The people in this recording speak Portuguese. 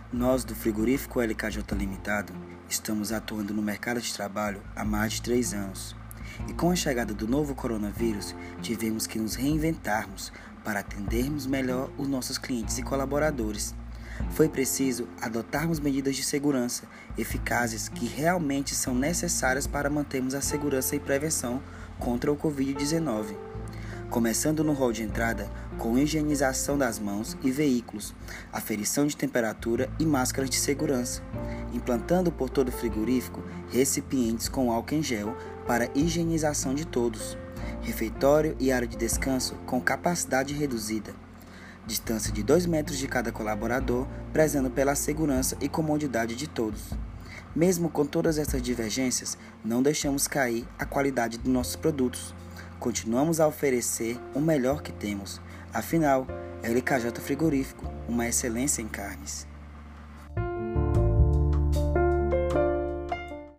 Nós, do frigorífico LKJ Limitado, estamos atuando no mercado de trabalho há mais de 3 anos. E com a chegada do novo coronavírus, tivemos que nos reinventarmos para atendermos melhor os nossos clientes e colaboradores. Foi preciso adotarmos medidas de segurança eficazes que realmente são necessárias para mantermos a segurança e prevenção contra o Covid-19. Começando no hall de entrada, com higienização das mãos e veículos, aferição de temperatura e máscaras de segurança, implantando por todo o frigorífico recipientes com álcool em gel para higienização de todos, refeitório e área de descanso com capacidade reduzida, distância de 2 metros de cada colaborador, prezando pela segurança e comodidade de todos. Mesmo com todas essas divergências, não deixamos cair a qualidade dos nossos produtos. Continuamos a oferecer o melhor que temos. Afinal, LKJ Frigorífico, uma excelência em carnes.